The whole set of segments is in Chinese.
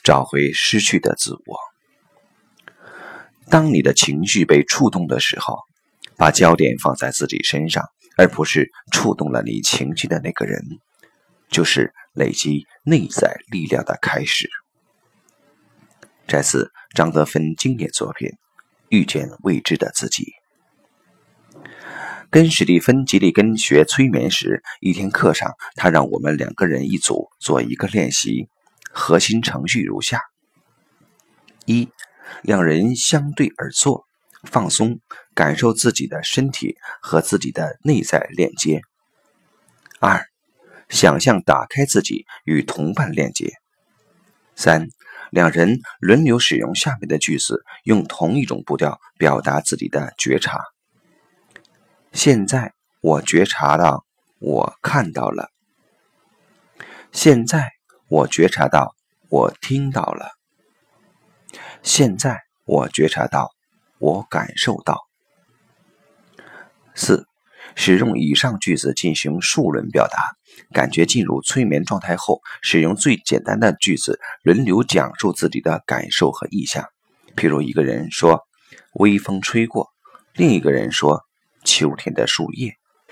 找回失去的自我。当你的情绪被触动的时候，把焦点放在自己身上，而不是触动了你情绪的那个人，就是累积内在力量的开始。摘自张德芬经典作品《遇见未知的自己》。跟史蒂芬·吉利根学催眠时，一天课上，他让我们2个人一组做一个练习，核心程序如下： 1. 2人相对而坐，放松，感受自己的身体和自己的内在链接。 2. 想象打开自己与同伴链接。 3. 2人轮流使用下面的句子，用同一种步调表达自己的觉察。现在我觉察到，我看到了。现在我觉察到，我听到了。现在我觉察到，我感受到。4. 使用以上句子进行数轮表达，感觉进入催眠状态后，使用最简单的句子轮流讲述自己的感受和意象。譬如一个人说微风吹过，另一个人说秋天的树叶。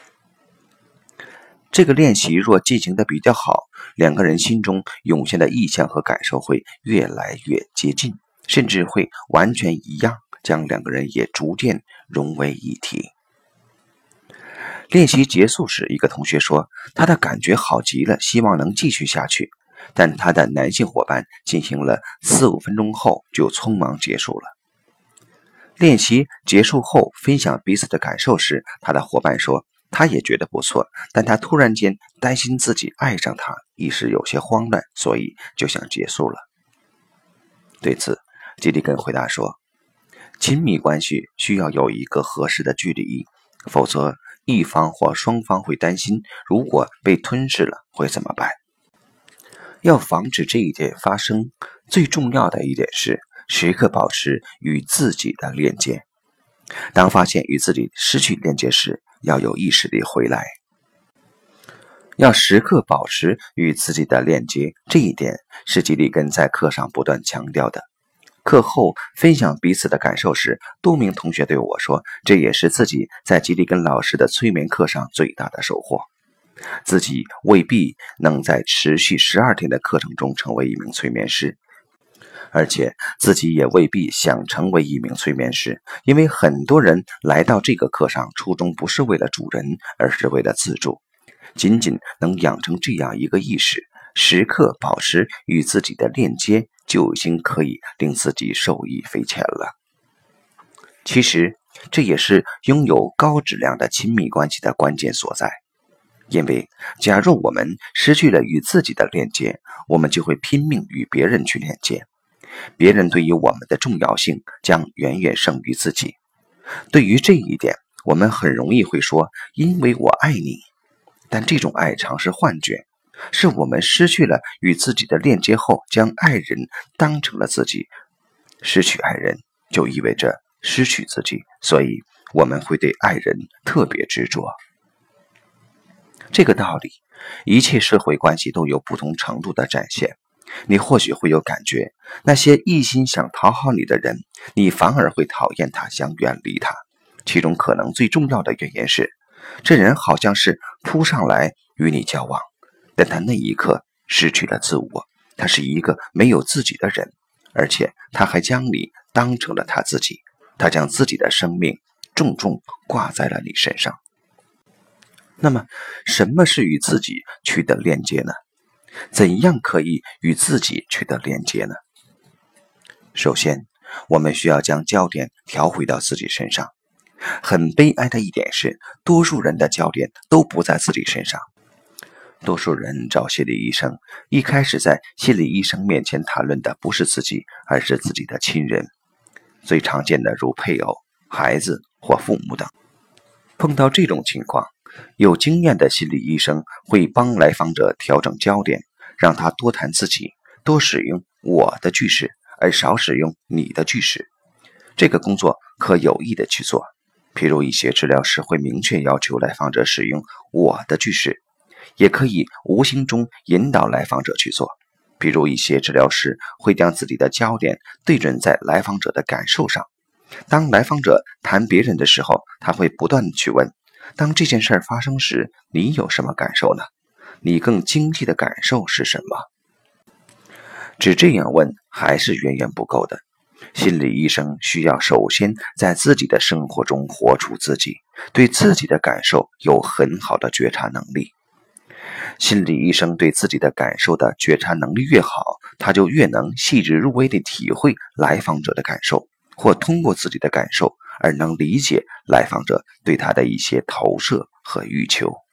这个练习若进行得比较好，2个人心中涌现的意象和感受会越来越接近，甚至会完全一样，将2个人也逐渐融为一体。练习结束时，一个同学说他的感觉好极了，希望能继续下去，但他的男性伙伴进行了4-5分钟后就匆忙结束了。练习结束后分享彼此的感受时，他的伙伴说他也觉得不错，但他突然间担心自己爱上他，一时有些慌乱，所以就想结束了。对此，吉利根回答说，亲密关系需要有一个合适的距离，否则一方或双方会担心，如果被吞噬了会怎么办？要防止这一点发生，最重要的一点是时刻保持与自己的链接。当发现与自己失去链接时，要有意识地回来。要时刻保持与自己的链接，这一点是吉利根在课上不断强调的。课后分享彼此的感受时，多名同学对我说，这也是自己在吉利根老师的催眠课上最大的收获。自己未必能在持续12天的课程中成为一名催眠师，而且自己也未必想成为一名催眠师，因为很多人来到这个课上，初衷不是为了助人，而是为了自助。仅仅能养成这样一个意识，时刻保持与自己的链接，就已经可以令自己受益匪浅了。其实，这也是拥有高质量的亲密关系的关键所在。因为假如我们失去了与自己的链接，我们就会拼命与别人去链接，别人对于我们的重要性将远远胜于自己。对于这一点，我们很容易会说，因为我爱你，但这种爱常是幻觉，是我们失去了与自己的链接后，将爱人当成了自己。失去爱人就意味着失去自己，所以我们会对爱人特别执着。这个道理，一切社会关系都有不同程度的展现。你或许会有感觉，那些一心想讨好你的人，你反而会讨厌他，想远离他。其中可能最重要的原因是，这人好像是扑上来与你交往，但他那一刻失去了自我，他是一个没有自己的人，而且他还将你当成了他自己，他将自己的生命重重挂在了你身上。那么，什么是与自己取得链接呢？怎样可以与自己取得连接呢？首先，我们需要将焦点调回到自己身上。很悲哀的一点是，多数人的焦点都不在自己身上。多数人找心理医生，一开始在心理医生面前谈论的不是自己，而是自己的亲人。最常见的如配偶、孩子或父母等。碰到这种情况，有经验的心理医生会帮来访者调整焦点，让他多谈自己，多使用我的句式，而少使用你的句式。这个工作可有意的去做，譬如一些治疗师会明确要求来访者使用我的句式，也可以无形中引导来访者去做。 比如一些治疗师会将自己的焦点对准在来访者的感受上。当来访者谈别人的时候，他会不断地去问，当这件事发生时，你有什么感受呢？你更经历的感受是什么？只这样问还是远远不够的。心理医生需要首先在自己的生活中活出自己，对自己的感受有很好的觉察能力。心理医生对自己的感受的觉察能力越好，他就越能细致入微地体会来访者的感受，或通过自己的感受而能理解来访者对他的一些投射和欲求。